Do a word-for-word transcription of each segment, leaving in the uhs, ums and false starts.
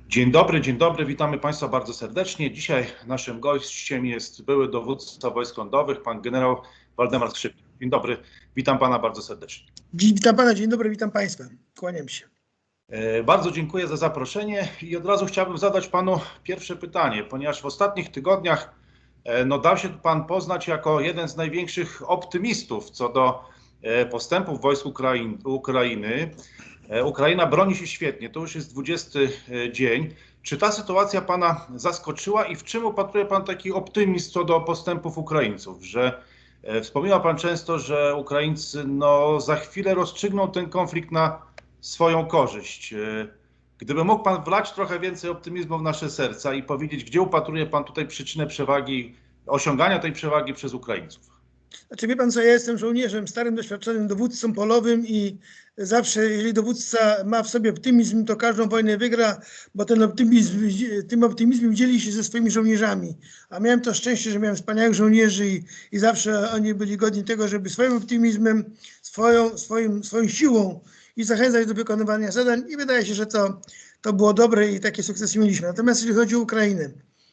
Dzień dobry, dzień dobry, witamy Państwa bardzo serdecznie. Dzisiaj naszym gościem jest były dowódca wojsk lądowych, pan generał Waldemar Skrzypek. Dzień dobry, witam Pana bardzo serdecznie. Witam Pana, dzień dobry, witam Państwa, kłaniam się. Bardzo dziękuję za zaproszenie i od razu chciałbym zadać Panu pierwsze pytanie, ponieważ w ostatnich tygodniach no, dał się Pan poznać jako jeden z największych optymistów co do postępów wojsk Ukrainy. Ukrainy. Ukraina broni się świetnie, to już jest dwudziesty dzień. Czy ta sytuacja Pana zaskoczyła i w czym upatruje Pan taki optymizm co do postępów Ukraińców? Że wspominał Pan często, że Ukraińcy no, za chwilę rozstrzygną ten konflikt na swoją korzyść. Gdyby mógł Pan wlać trochę więcej optymizmu w nasze serca i powiedzieć, gdzie upatruje Pan tutaj przyczynę przewagi, osiągania tej przewagi przez Ukraińców? Znaczy wie Pan co, ja jestem żołnierzem, starym, doświadczonym dowódcą polowym i zawsze, jeżeli dowódca ma w sobie optymizm, to każdą wojnę wygra, bo ten optymizm, tym optymizmem dzieli się ze swoimi żołnierzami. A miałem to szczęście, że miałem wspaniałych żołnierzy i, i zawsze oni byli godni tego, żeby swoim optymizmem, swoją, swoim, swoją siłą i zachęcać do wykonywania zadań i wydaje się, że to, to było dobre i takie sukcesy mieliśmy. Natomiast jeżeli chodzi o Ukrainę,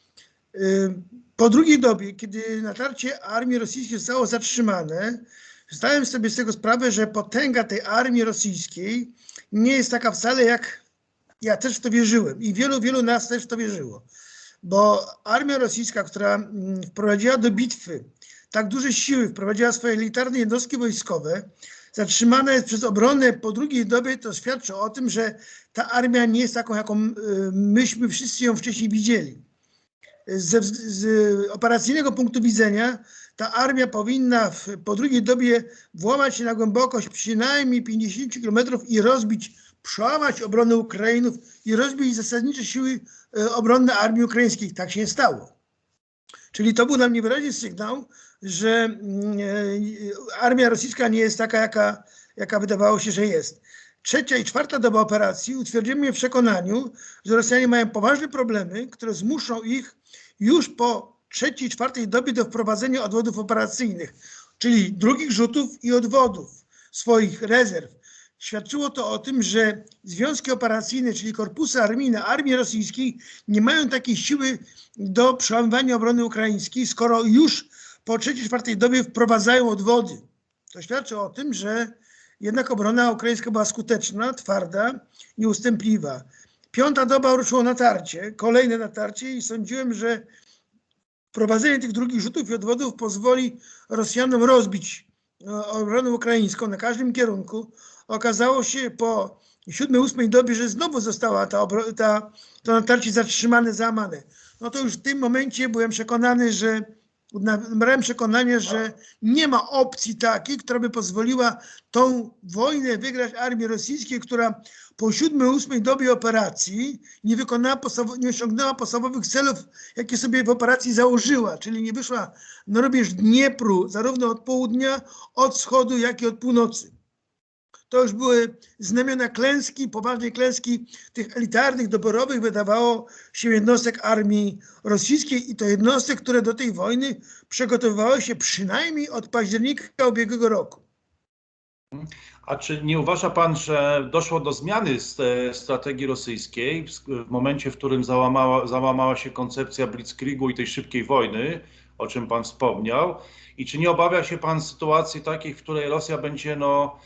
yy, po drugiej dobie, kiedy natarcie armii rosyjskiej zostało zatrzymane, zdałem sobie z tego sprawę, że potęga tej armii rosyjskiej nie jest taka wcale, jak ja też w to wierzyłem i wielu, wielu nas też w to wierzyło. Bo armia rosyjska, która wprowadziła do bitwy tak duże siły, wprowadziła swoje elitarne jednostki wojskowe, zatrzymana jest przez obronę po drugiej dobie, to świadczy o tym, że ta armia nie jest taką, jaką myśmy wszyscy ją wcześniej widzieli. Z, z operacyjnego punktu widzenia ta armia powinna w, po drugiej dobie włamać się na głębokość przynajmniej pięćdziesiąt kilometrów i rozbić, przełamać obronę Ukrainów i rozbić zasadnicze siły e, obronne armii ukraińskiej. Tak się nie stało. Czyli to był dla mnie wyraźny sygnał, że e, armia rosyjska nie jest taka, jaka, jaka wydawało się, że jest. Trzecia i czwarta doba operacji utwierdziły mnie w przekonaniu, że Rosjanie mają poważne problemy, które zmuszą ich już po trzeciej, czwartej dobie do wprowadzenia odwodów operacyjnych, czyli drugich rzutów i odwodów swoich rezerw. Świadczyło to o tym, że związki operacyjne, czyli korpusy armijne armii rosyjskiej nie mają takiej siły do przełamywania obrony ukraińskiej, skoro już po trzeciej, czwartej dobie wprowadzają odwody. To świadczy o tym, że jednak obrona ukraińska była skuteczna, twarda, nieustępliwa. Piąta doba ruszyło natarcie, kolejne natarcie i sądziłem, że wprowadzenie tych drugich rzutów i odwodów pozwoli Rosjanom rozbić obronę ukraińską na każdym kierunku. Okazało się po siódmej, ósmej dobie, że znowu została ta, ta, to natarcie zatrzymane, załamane. No to już w tym momencie byłem przekonany, że Nabrałem przekonania, że nie ma opcji takiej, która by pozwoliła tą wojnę wygrać armii rosyjskiej, która po siódmej, ósmej dobie operacji nie wykonała, nie osiągnęła podstawowych celów, jakie sobie w operacji założyła, czyli nie wyszła na rubież Dniepru, zarówno od południa, od wschodu, jak i od północy. To już były znamiona klęski, poważnej klęski tych elitarnych, doborowych, wydawało się, jednostek armii rosyjskiej i to jednostek, które do tej wojny przygotowywały się przynajmniej od października ubiegłego roku. A czy nie uważa Pan, że doszło do zmiany strategii rosyjskiej w momencie, w którym załamała, załamała się koncepcja Blitzkriegu i tej szybkiej wojny, o czym Pan wspomniał? I czy nie obawia się Pan sytuacji takiej, w której Rosja będzie no,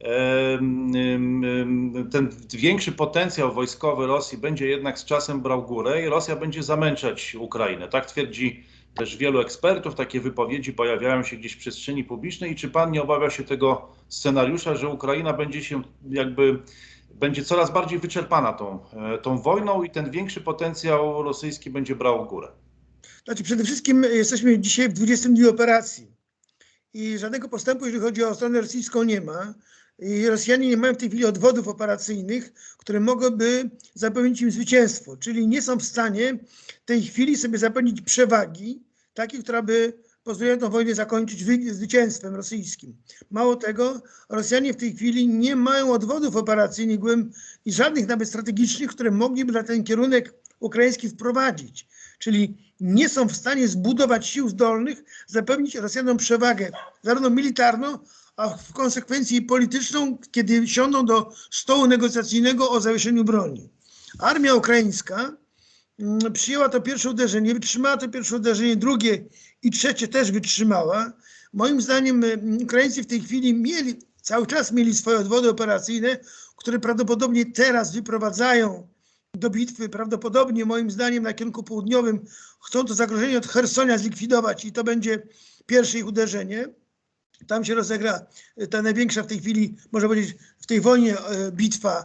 ten większy potencjał wojskowy Rosji będzie jednak z czasem brał górę i Rosja będzie zamęczać Ukrainę. Tak twierdzi też wielu ekspertów, takie wypowiedzi pojawiają się gdzieś w przestrzeni publicznej. I czy Pan nie obawia się tego scenariusza, że Ukraina będzie się jakby, będzie coraz bardziej wyczerpana tą, tą wojną i ten większy potencjał rosyjski będzie brał górę? Znaczy przede wszystkim jesteśmy dzisiaj w dwudziestym dniu operacji i żadnego postępu, jeżeli chodzi o stronę rosyjską, nie ma. I Rosjanie nie mają w tej chwili odwodów operacyjnych, które mogłyby zapewnić im zwycięstwo. Czyli nie są w stanie w tej chwili sobie zapewnić przewagi, takiej, która by pozwoliła tę wojnę zakończyć zwycięstwem rosyjskim. Mało tego, Rosjanie w tej chwili nie mają odwodów operacyjnych i żadnych nawet strategicznych, które mogliby na ten kierunek ukraiński wprowadzić. Czyli nie są w stanie zbudować sił zdolnych, zapewnić Rosjanom przewagę zarówno militarną, a w konsekwencji polityczną, kiedy siądą do stołu negocjacyjnego o zawieszeniu broni. armia ukraińska przyjęła to pierwsze uderzenie, wytrzymała to pierwsze uderzenie, drugie i trzecie też wytrzymała. Moim zdaniem Ukraińcy w tej chwili mieli, cały czas mieli swoje odwody operacyjne, które prawdopodobnie teraz wyprowadzają do bitwy. Prawdopodobnie moim zdaniem na kierunku południowym chcą to zagrożenie od Chersonia zlikwidować i to będzie pierwsze ich uderzenie. Tam się rozegra ta największa w tej chwili, można powiedzieć, w tej wojnie bitwa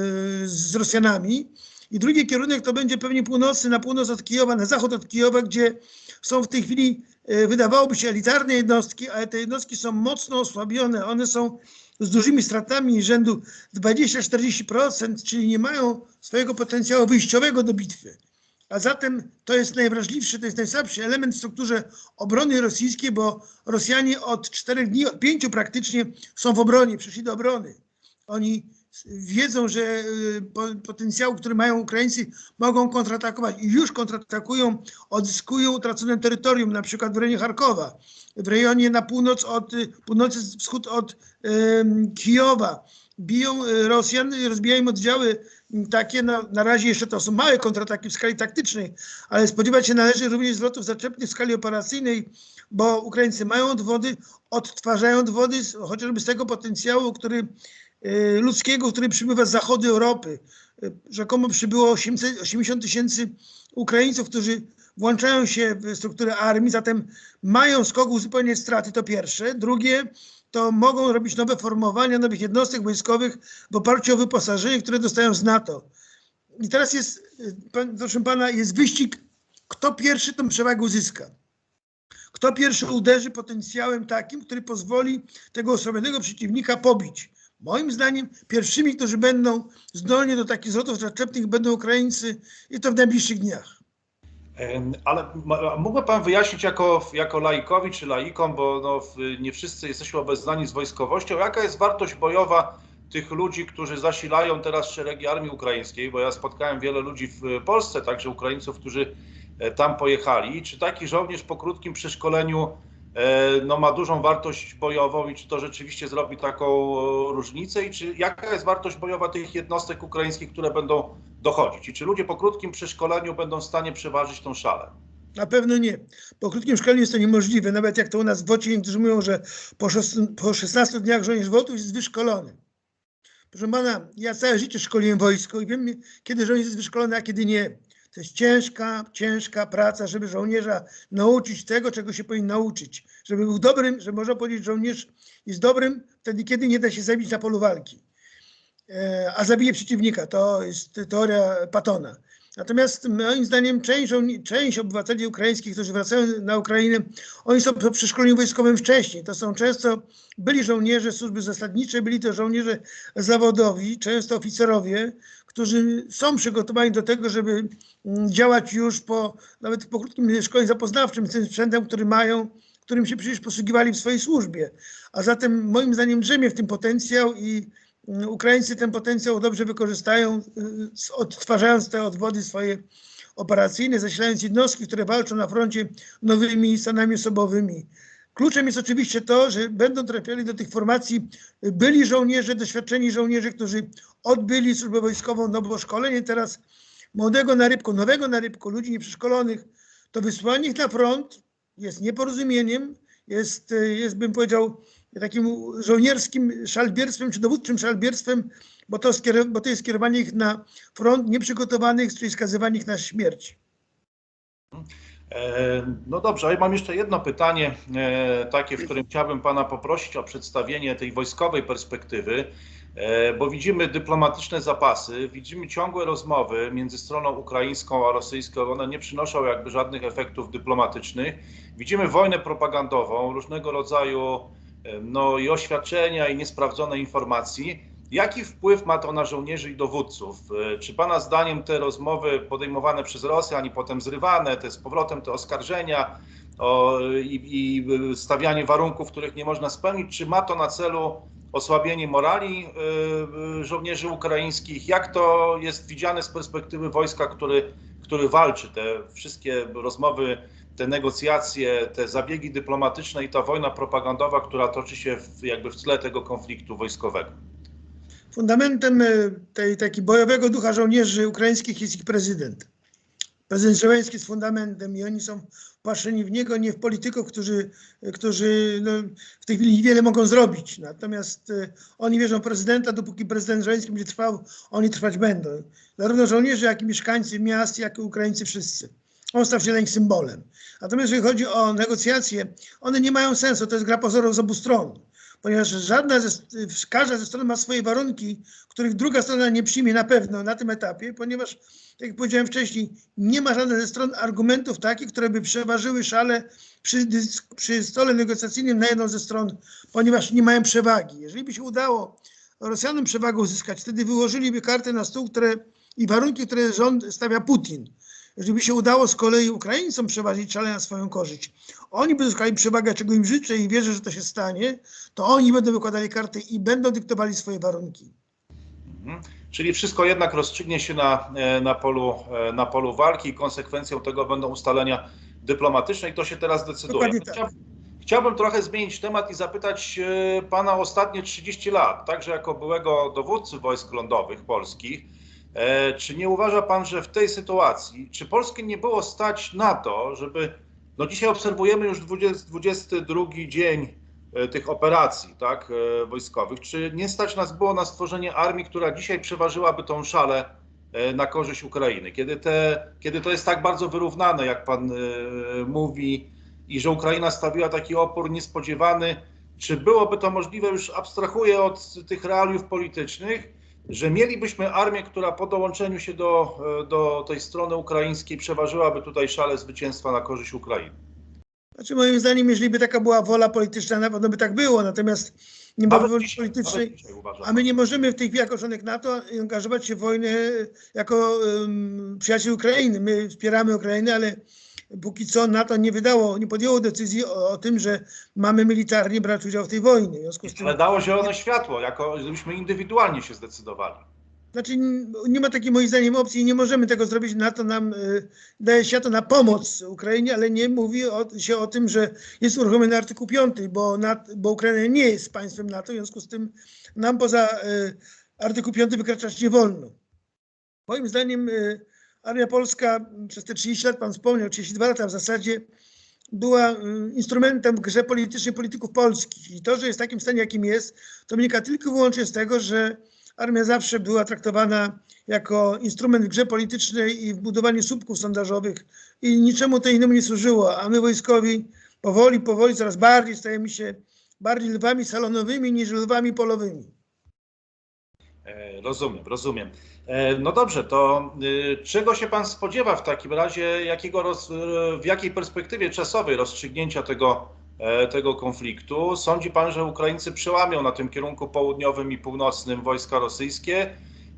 z Rosjanami. I drugi kierunek to będzie pewnie północny, na północ od Kijowa, na zachód od Kijowa, gdzie są w tej chwili, wydawałoby się, elitarne jednostki, ale te jednostki są mocno osłabione. One są z dużymi stratami rzędu dwadzieścia do czterdziestu procent, czyli nie mają swojego potencjału wyjściowego do bitwy. A zatem to jest najwrażliwszy, to jest najsłabszy element w strukturze obrony rosyjskiej, bo Rosjanie od czterech dni, od pięciu praktycznie są w obronie, przyszli do obrony. Oni wiedzą, że potencjał, który mają Ukraińcy, mogą kontratakować i już kontratakują, odzyskują utracone terytorium, na przykład w rejonie Charkowa, w rejonie na północ od, północy wschód od um, Kijowa. Biją Rosjan, rozbijają oddziały takie, na, na razie jeszcze to są małe kontrataki w skali taktycznej, ale spodziewać się należy również zwrotów zaczepnych w skali operacyjnej, bo Ukraińcy mają odwody, odtwarzają odwody chociażby z tego potencjału, który ludzkiego, który przybywa z zachodu Europy. Rzekomo przybyło osiemdziesiąt tysięcy Ukraińców, którzy włączają się w strukturę armii, zatem mają skok uzupełniać straty, to pierwsze. Drugie, to mogą robić nowe formowania nowych jednostek wojskowych w oparciu o wyposażenie, które dostają z NATO. I teraz jest, proszę pana, jest wyścig, kto pierwszy tą przewagę uzyska. Kto pierwszy uderzy potencjałem takim, który pozwoli tego osłabionego przeciwnika pobić. Moim zdaniem pierwszymi, którzy będą zdolni do takich zwrotów zaczepnych, będą Ukraińcy i to w najbliższych dniach. Ale mógłby pan wyjaśnić jako, jako laikowi czy laikom, bo no, nie wszyscy jesteśmy obeznani z wojskowością, jaka jest wartość bojowa tych ludzi, którzy zasilają teraz szeregi armii ukraińskiej, bo ja spotkałem wiele ludzi w Polsce, także Ukraińców, którzy tam pojechali. Czy taki żołnierz po krótkim przeszkoleniu no, ma dużą wartość bojową i czy to rzeczywiście zrobi taką różnicę i czy jaka jest wartość bojowa tych jednostek ukraińskich, które będą dochodzić i czy ludzie po krótkim przeszkoleniu będą w stanie przeważyć tą szalę? Na pewno nie. Po krótkim szkoleniu jest to niemożliwe. Nawet jak to u nas w WOT-cie niektórzy mówią, że po, po szesnastu dniach żołnierz WOT-u jest wyszkolony. Proszę pana, ja całe życie szkoliłem wojsko i wiem, kiedy żołnierz jest wyszkolony, a kiedy nie. To jest ciężka, ciężka praca, żeby żołnierza nauczyć tego, czego się powinien nauczyć. Żeby był dobrym, że można powiedzieć, że żołnierz jest dobrym wtedy, kiedy nie da się zabić na polu walki. E, a zabije przeciwnika. To jest teoria Pattona. Natomiast moim zdaniem część, część obywateli ukraińskich, którzy wracają na Ukrainę, oni są po przeszkoleniu wojskowym wcześniej. To są często byli żołnierze służby zasadniczej, byli to żołnierze zawodowi, często oficerowie, którzy są przygotowani do tego, żeby działać już po, nawet po krótkim szkoleniu zapoznawczym, z tym sprzętem, który mają, którym się przecież posługiwali w swojej służbie. A zatem moim zdaniem drzemie w tym potencjał i Ukraińcy ten potencjał dobrze wykorzystają, odtwarzając te odwody swoje operacyjne, zasilając jednostki, które walczą na froncie nowymi stanami osobowymi. Kluczem jest oczywiście to, że będą trafiali do tych formacji byli żołnierze, doświadczeni żołnierze, którzy odbyli służbę wojskową, no bo szkolenie teraz młodego na rybku, nowego na rybku, ludzi nieprzeszkolonych, to wysłanie ich na front jest nieporozumieniem, jest, jest bym powiedział, takim żołnierskim szalbierstwem czy dowódczym szalbierstwem, bo to, bo to jest skierowanie ich na front nieprzygotowanych, czyli skazywanie ich na śmierć. No dobrze, ale mam jeszcze jedno pytanie, takie, w którym chciałbym pana poprosić o przedstawienie tej wojskowej perspektywy, bo widzimy dyplomatyczne zapasy, widzimy ciągłe rozmowy między stroną ukraińską a rosyjską, one nie przynoszą jakby żadnych efektów dyplomatycznych. Widzimy wojnę propagandową, różnego rodzaju no, i oświadczenia, i niesprawdzone informacji. Jaki wpływ ma to na żołnierzy i dowódców? Czy pana zdaniem te rozmowy podejmowane przez Rosjan i potem zrywane, te z powrotem te oskarżenia o, i, i stawianie warunków, których nie można spełnić, czy ma to na celu osłabienie morali y, żołnierzy ukraińskich? Jak to jest widziane z perspektywy wojska, który, który walczy? Te wszystkie rozmowy, te negocjacje, te zabiegi dyplomatyczne i ta wojna propagandowa, która toczy się w, jakby w tle tego konfliktu wojskowego. Fundamentem tej taki bojowego ducha żołnierzy ukraińskich jest ich prezydent. Prezydent Zełenski jest fundamentem i oni są wpatrzeni w niego, nie w polityków, którzy, którzy no, w tej chwili niewiele mogą zrobić. Natomiast y, oni wierzą w prezydenta, dopóki prezydent Zełenski będzie trwał, oni trwać będą. Zarówno żołnierze, jak i mieszkańcy miast, jak i Ukraińcy wszyscy. On stał się dla nich symbolem. Natomiast jeżeli chodzi o negocjacje, one nie mają sensu, to jest gra pozorów z obu stron. Ponieważ żadna ze, każda ze stron ma swoje warunki, których druga strona nie przyjmie na pewno na tym etapie, ponieważ, tak jak powiedziałem wcześniej, nie ma żadnej ze stron argumentów takich, które by przeważyły szale przy, przy stole negocjacyjnym na jedną ze stron, ponieważ nie mają przewagi. Jeżeli by się udało Rosjanom przewagę uzyskać, wtedy wyłożyliby karty na stół, które i warunki, które rząd stawia Putin. Jeżeli by się udało z kolei Ukraińcom przeważyć szale na swoją korzyść, oni by zyskali przewagę, czego im życzę i wierzę, że to się stanie, to oni będą wykładali karty i będą dyktowali swoje warunki. Mhm. Czyli wszystko jednak rozstrzygnie się na, na, polu, na polu walki i konsekwencją tego będą ustalenia dyplomatyczne i to się teraz decyduje. Tak. Chciałbym, chciałbym trochę zmienić temat i zapytać pana o ostatnie trzydzieści lat, także jako byłego dowódcy wojsk lądowych polskich. Czy nie uważa pan, że w tej sytuacji, czy Polskę nie było stać na to, żeby, no dzisiaj obserwujemy już dwudziesty drugi dzień tych operacji, tak, wojskowych, czy nie stać nas było na stworzenie armii, która dzisiaj przeważyłaby tą szalę na korzyść Ukrainy, kiedy, te, kiedy to jest tak bardzo wyrównane, jak pan mówi, i że Ukraina stawiła taki opór niespodziewany, czy byłoby to możliwe, już abstrahuję od tych realiów politycznych, że mielibyśmy armię, która po dołączeniu się do, do tej strony ukraińskiej przeważyłaby tutaj szalę zwycięstwa na korzyść Ukrainy? Znaczy moim zdaniem, jeżeli by taka była wola polityczna, na pewno by tak było, natomiast nie ma woli dzisiaj, politycznej, dzisiaj, uważam, a my nie możemy w tej chwili jako członek NATO angażować się w wojnę jako um, przyjaciel Ukrainy. My wspieramy Ukrainę, ale póki co NATO nie wydało, nie podjęło decyzji o, o tym, że mamy militarnie brać udział w tej wojnie. W związku z tym, ale dało zielone światło, jako żebyśmy indywidualnie się zdecydowali. Znaczy nie ma takiej moim zdaniem opcji i nie możemy tego zrobić. NATO nam y, daje światło na pomoc Ukrainie, ale nie mówi o, się o tym, że jest uruchomiony artykuł piąty, bo, bo Ukraina nie jest państwem NATO, w związku z tym nam poza y, artykuł piąty wykraczać nie wolno. Moim zdaniem y, armia polska przez te trzydzieści lat, pan wspomniał, trzydzieści dwa lata w zasadzie, była y, instrumentem w grze politycznej polityków polskich i to, że jest w takim stanie, jakim jest, to wynika tylko i wyłącznie z tego, że armia zawsze była traktowana jako instrument w grze politycznej i w budowaniu słupków sondażowych i niczemu to innemu nie służyło, a my wojskowi powoli, powoli coraz bardziej stajemy się bardziej lwami salonowymi niż lwami polowymi. Rozumiem, rozumiem. No dobrze, to czego się pan spodziewa w takim razie, jakiego roz, w jakiej perspektywie czasowej rozstrzygnięcia tego, tego konfliktu? Sądzi pan, że Ukraińcy przełamią na tym kierunku południowym i północnym wojska rosyjskie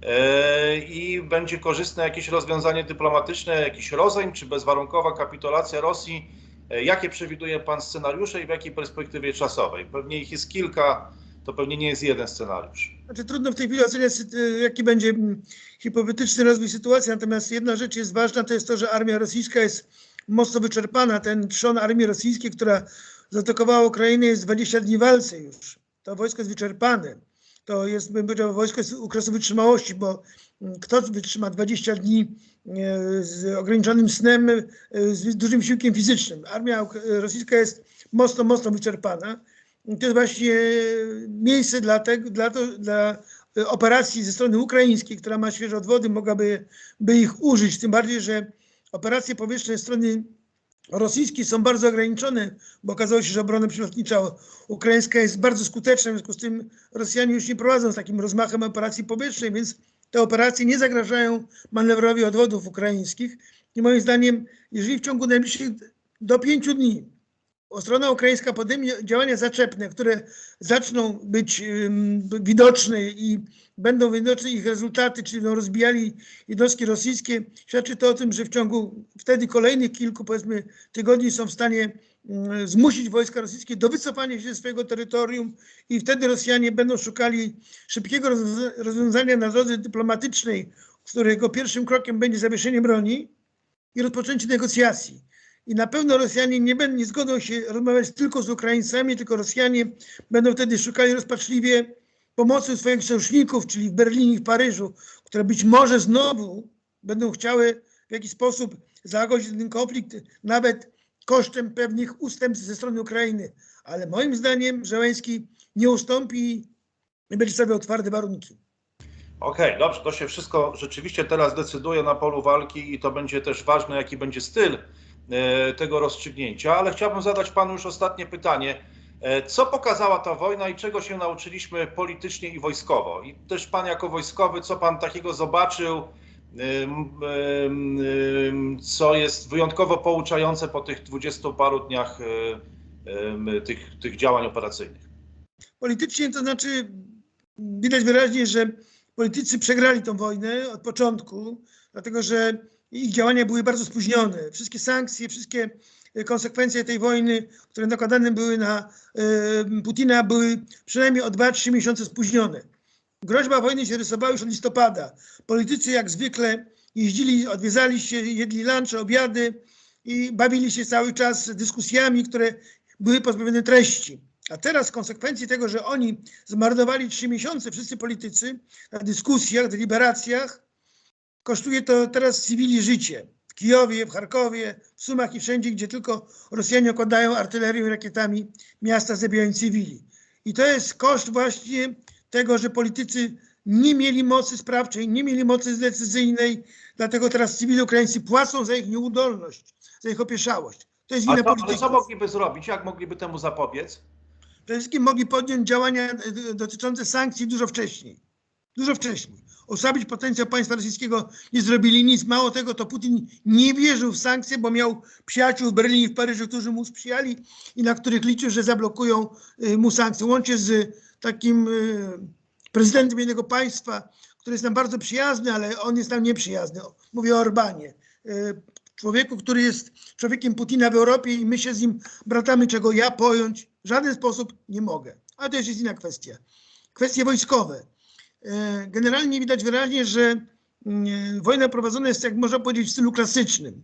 i będzie korzystne jakieś rozwiązanie dyplomatyczne, jakiś rozejm czy bezwarunkowa kapitulacja Rosji? Jakie przewiduje pan scenariusze i w jakiej perspektywie czasowej? Pewnie ich jest kilka, to pewnie nie jest jeden scenariusz. Znaczy, trudno w tej chwili oceniać, jaki będzie hipotetyczny rozwój sytuacji, natomiast jedna rzecz jest ważna, to jest to, że armia rosyjska jest mocno wyczerpana. Ten trzon armii rosyjskiej, która zaatakowała Ukrainę, jest dwadzieścia dni w walce już. To wojsko jest wyczerpane. To jest, bym powiedział, wojsko z okresu wytrzymałości, bo kto wytrzyma dwadzieścia dni z ograniczonym snem, z dużym wysiłkiem fizycznym. Armia rosyjska jest mocno, mocno wyczerpana. To jest właśnie miejsce dla, tego, dla, to, dla operacji ze strony ukraińskiej, która ma świeże odwody, mogłaby by ich użyć. Tym bardziej, że operacje powietrzne ze strony rosyjskiej są bardzo ograniczone, bo okazało się, że obrona przylotnicza ukraińska jest bardzo skuteczna, w związku z tym Rosjanie już nie prowadzą z takim rozmachem operacji powietrznej, więc te operacje nie zagrażają manewrowi odwodów ukraińskich. I moim zdaniem, jeżeli w ciągu najbliższych do pięciu dni strona ukraińska podejmie działania zaczepne, które zaczną być um, widoczne i będą widoczne ich rezultaty, czyli będą rozbijali jednostki rosyjskie, świadczy to o tym, że w ciągu wtedy kolejnych kilku, powiedzmy, tygodni są w stanie um, zmusić wojska rosyjskie do wycofania się ze swojego terytorium i wtedy Rosjanie będą szukali szybkiego rozwiązania na drodze dyplomatycznej, którego pierwszym krokiem będzie zawieszenie broni i rozpoczęcie negocjacji. I na pewno Rosjanie nie, będą, nie zgodzą się rozmawiać tylko z Ukraińcami, tylko Rosjanie będą wtedy szukali rozpaczliwie pomocą swoich sojuszników, czyli w Berlinie i w Paryżu, które być może znowu będą chciały w jakiś sposób zagodzić ten konflikt, nawet kosztem pewnych ustępstw ze strony Ukrainy. Ale moim zdaniem Zełenski nie ustąpi i będzie stawiał twarde warunki. Okej, okay, dobrze, to się wszystko rzeczywiście teraz decyduje na polu walki i to będzie też ważne, jaki będzie styl e, tego rozstrzygnięcia, ale chciałbym zadać panu już ostatnie pytanie. E, co pokazała ta wojna i czego się nauczyliśmy politycznie i wojskowo? I też pan jako wojskowy, co pan takiego zobaczył, e, e, co jest wyjątkowo pouczające po tych dwudziestu paru dniach e, e, tych, tych działań operacyjnych? Politycznie to znaczy widać wyraźnie, że politycy przegrali tą wojnę od początku, dlatego że ich działania były bardzo spóźnione. Wszystkie sankcje, wszystkie konsekwencje tej wojny, które nakładane były na y, Putina, były przynajmniej o dwa trzy miesiące spóźnione. Groźba wojny się rysowała już od listopada. Politycy jak zwykle jeździli, odwiedzali się, jedli lunche, obiady i bawili się cały czas dyskusjami, które były pozbawione treści. A teraz w konsekwencji tego, że oni zmarnowali trzy miesiące, wszyscy politycy, na dyskusjach, deliberacjach, kosztuje to teraz cywili życie. W Kijowie, w Charkowie, w Sumach i wszędzie, gdzie tylko Rosjanie okładają artylerią i rakietami miasta, zabijając cywili. I to jest koszt właśnie tego, że politycy nie mieli mocy sprawczej, nie mieli mocy decyzyjnej, dlatego teraz cywile ukraińscy płacą za ich nieudolność, za ich opieszałość. To jest wina polityków. Ale co mogliby zrobić? Jak mogliby temu zapobiec? Przede wszystkim mogli podjąć działania dotyczące sankcji dużo wcześniej. Dużo wcześniej. Osłabić potencjał państwa rosyjskiego nie zrobili nic. Mało tego, to Putin nie wierzył w sankcje, bo miał przyjaciół w Berlinie i w Paryżu, którzy mu sprzyjali i na których liczył, że zablokują mu sankcje. Łącznie z takim prezydentem jednego państwa, który jest nam bardzo przyjazny, ale on jest nam nieprzyjazny. Mówię o Orbanie. Człowieku, który jest człowiekiem Putina w Europie i my się z nim bratamy, czego ja pojąć w żaden sposób nie mogę. Ale to już jest inna kwestia. Kwestie wojskowe. Generalnie widać wyraźnie, że wojna prowadzona jest, jak można powiedzieć, w stylu klasycznym.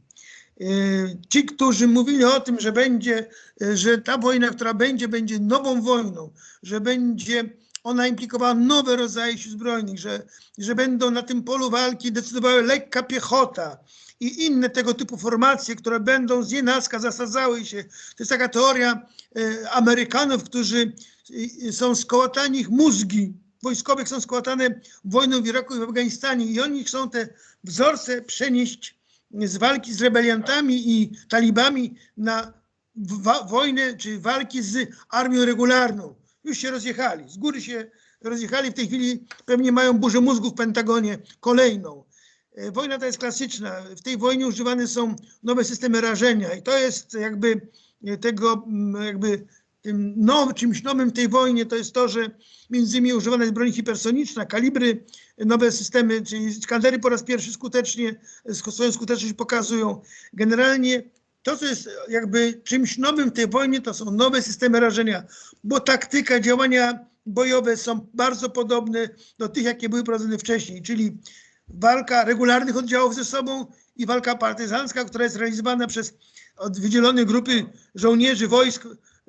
Ci, którzy mówili o tym, że będzie, że ta wojna, która będzie, będzie nową wojną, że będzie ona implikowała nowe rodzaje sił zbrojnych, że, że będą na tym polu walki decydowały lekka piechota i inne tego typu formacje, które będą znienacka zasadzały się. To jest taka teoria e, Amerykanów, którzy e, są skołatani, ich mózgi wojskowych są skołatane wojną w Iraku i w Afganistanie i oni chcą te wzorce przenieść z walki z rebeliantami i talibami na wojnę czy walki z armią regularną. Już się rozjechali, z góry się rozjechali, w tej chwili pewnie mają burzę mózgu w Pentagonie kolejną. Wojna ta jest klasyczna. W tej wojnie używane są nowe systemy rażenia i to jest jakby tego, jakby tym now, czymś nowym w tej wojnie to jest to, że między innymi używana jest broń hipersoniczna, kalibry, nowe systemy, czyli Iskandery po raz pierwszy skutecznie swoją skuteczność pokazują. Generalnie to, co jest jakby czymś nowym w tej wojnie, to są nowe systemy rażenia, bo taktyka, działania bojowe są bardzo podobne do tych, jakie były prowadzone wcześniej, czyli walka regularnych oddziałów ze sobą i walka partyzancka, która jest realizowana przez wydzielone grupy żołnierzy, wojsk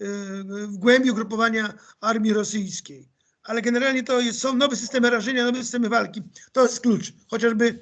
w głębi ugrupowania armii rosyjskiej. Ale generalnie to jest, są nowe systemy rażenia, nowe systemy walki. To jest klucz, chociażby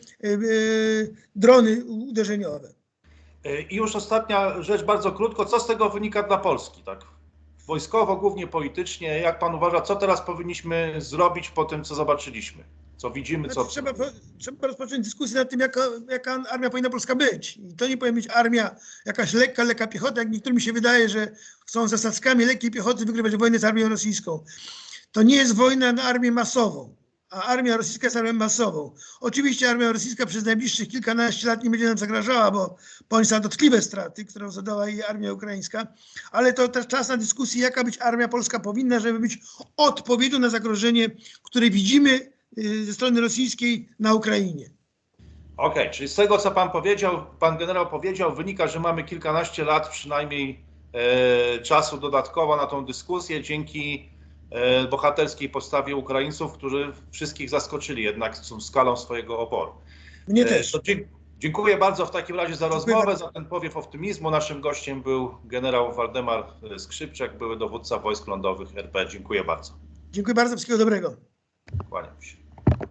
drony uderzeniowe. I już ostatnia rzecz, bardzo krótko. Co z tego wynika dla Polski? Tak? Wojskowo, głównie politycznie. Jak pan uważa, co teraz powinniśmy zrobić po tym, co zobaczyliśmy? Co widzimy, co... Znaczy, trzeba, trzeba rozpocząć dyskusję nad tym, jaka, jaka armia powinna Polska być. I to nie powinna być armia jakaś lekka, lekka piechota, jak niektórym się wydaje, że chcą zasadzkami lekkiej piechoty wygrywać wojnę z armią rosyjską. To nie jest wojna na armię masową, a armia rosyjska jest armią masową. Oczywiście armia rosyjska przez najbliższych kilkanaście lat nie będzie nam zagrażała, bo poniosła dotkliwe straty, które zadała jej armia ukraińska, ale to też czas na dyskusję, jaka być armia polska powinna, żeby być odpowiedzią na zagrożenie, które widzimy ze strony rosyjskiej na Ukrainie. Okej, okay, czyli z tego, co pan powiedział, pan generał powiedział, wynika, że mamy kilkanaście lat przynajmniej e, czasu dodatkowo na tą dyskusję dzięki e, bohaterskiej postawie Ukraińców, którzy wszystkich zaskoczyli jednak skalą swojego oporu. Mnie też. E, dzie dziękuję bardzo w takim razie za dziękuję rozmowę, bardzo. za ten powiew optymizmu. Naszym gościem był generał Waldemar Skrzypczak, były dowódca wojsk lądowych R P. Dziękuję bardzo. Dziękuję bardzo, wszystkiego dobrego. Kłaniam się.